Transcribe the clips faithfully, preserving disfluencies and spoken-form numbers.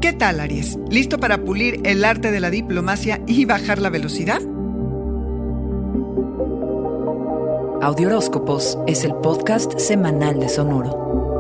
¿Qué tal, Aries? ¿Listo para pulir el arte de la diplomacia y bajar la velocidad? Audioróscopos es el podcast semanal de Sonoro.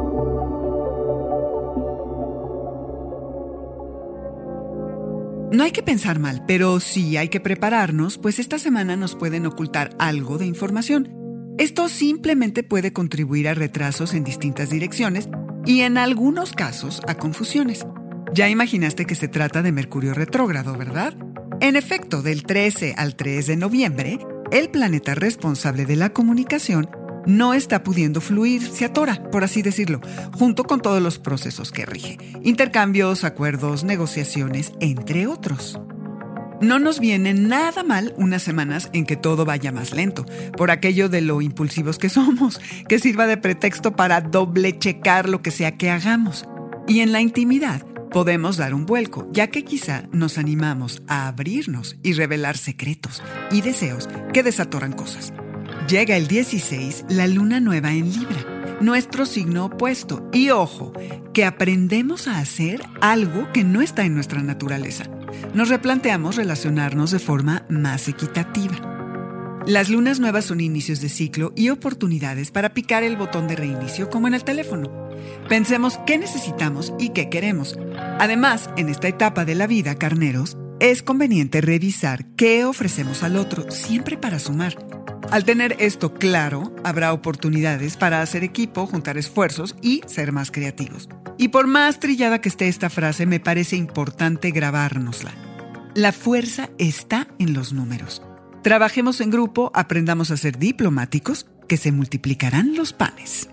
No hay que pensar mal, pero sí hay que prepararnos, pues esta semana nos pueden ocultar algo de información. Esto simplemente puede contribuir a retrasos en distintas direcciones y en algunos casos a confusiones. Ya imaginaste que se trata de Mercurio retrógrado, ¿verdad? En efecto, del trece al tres de noviembre, el planeta responsable de la comunicación no está pudiendo fluir, se atora, por así decirlo, junto con todos los procesos que rige. Intercambios, acuerdos, negociaciones, entre otros. No nos viene nada mal unas semanas en que todo vaya más lento, por aquello de lo impulsivos que somos, que sirva de pretexto para doble checar lo que sea que hagamos. Y en la intimidad, podemos dar un vuelco, ya que quizá nos animamos a abrirnos y revelar secretos y deseos que desatoran cosas. Llega el dieciséis, la luna nueva en Libra, nuestro signo opuesto. Y ojo, que aprendemos a hacer algo que no está en nuestra naturaleza. Nos replanteamos relacionarnos de forma más equitativa. Las lunas nuevas son inicios de ciclo y oportunidades para picar el botón de reinicio como en el teléfono. Pensemos qué necesitamos y qué queremos. Además, en esta etapa de la vida, carneros, es conveniente revisar qué ofrecemos al otro, siempre para sumar. Al tener esto claro, habrá oportunidades para hacer equipo, juntar esfuerzos y ser más creativos. Y por más trillada que esté esta frase, me parece importante grabárnosla. La fuerza está en los números. Trabajemos en grupo, aprendamos a ser diplomáticos, que se multiplicarán los panes.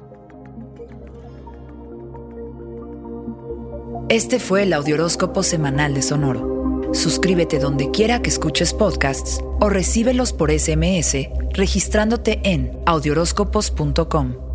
Este fue el Audioróscopo semanal de Sonoro. Suscríbete donde quiera que escuches podcasts o recíbelos por ese eme ese registrándote en audioróscopos punto com.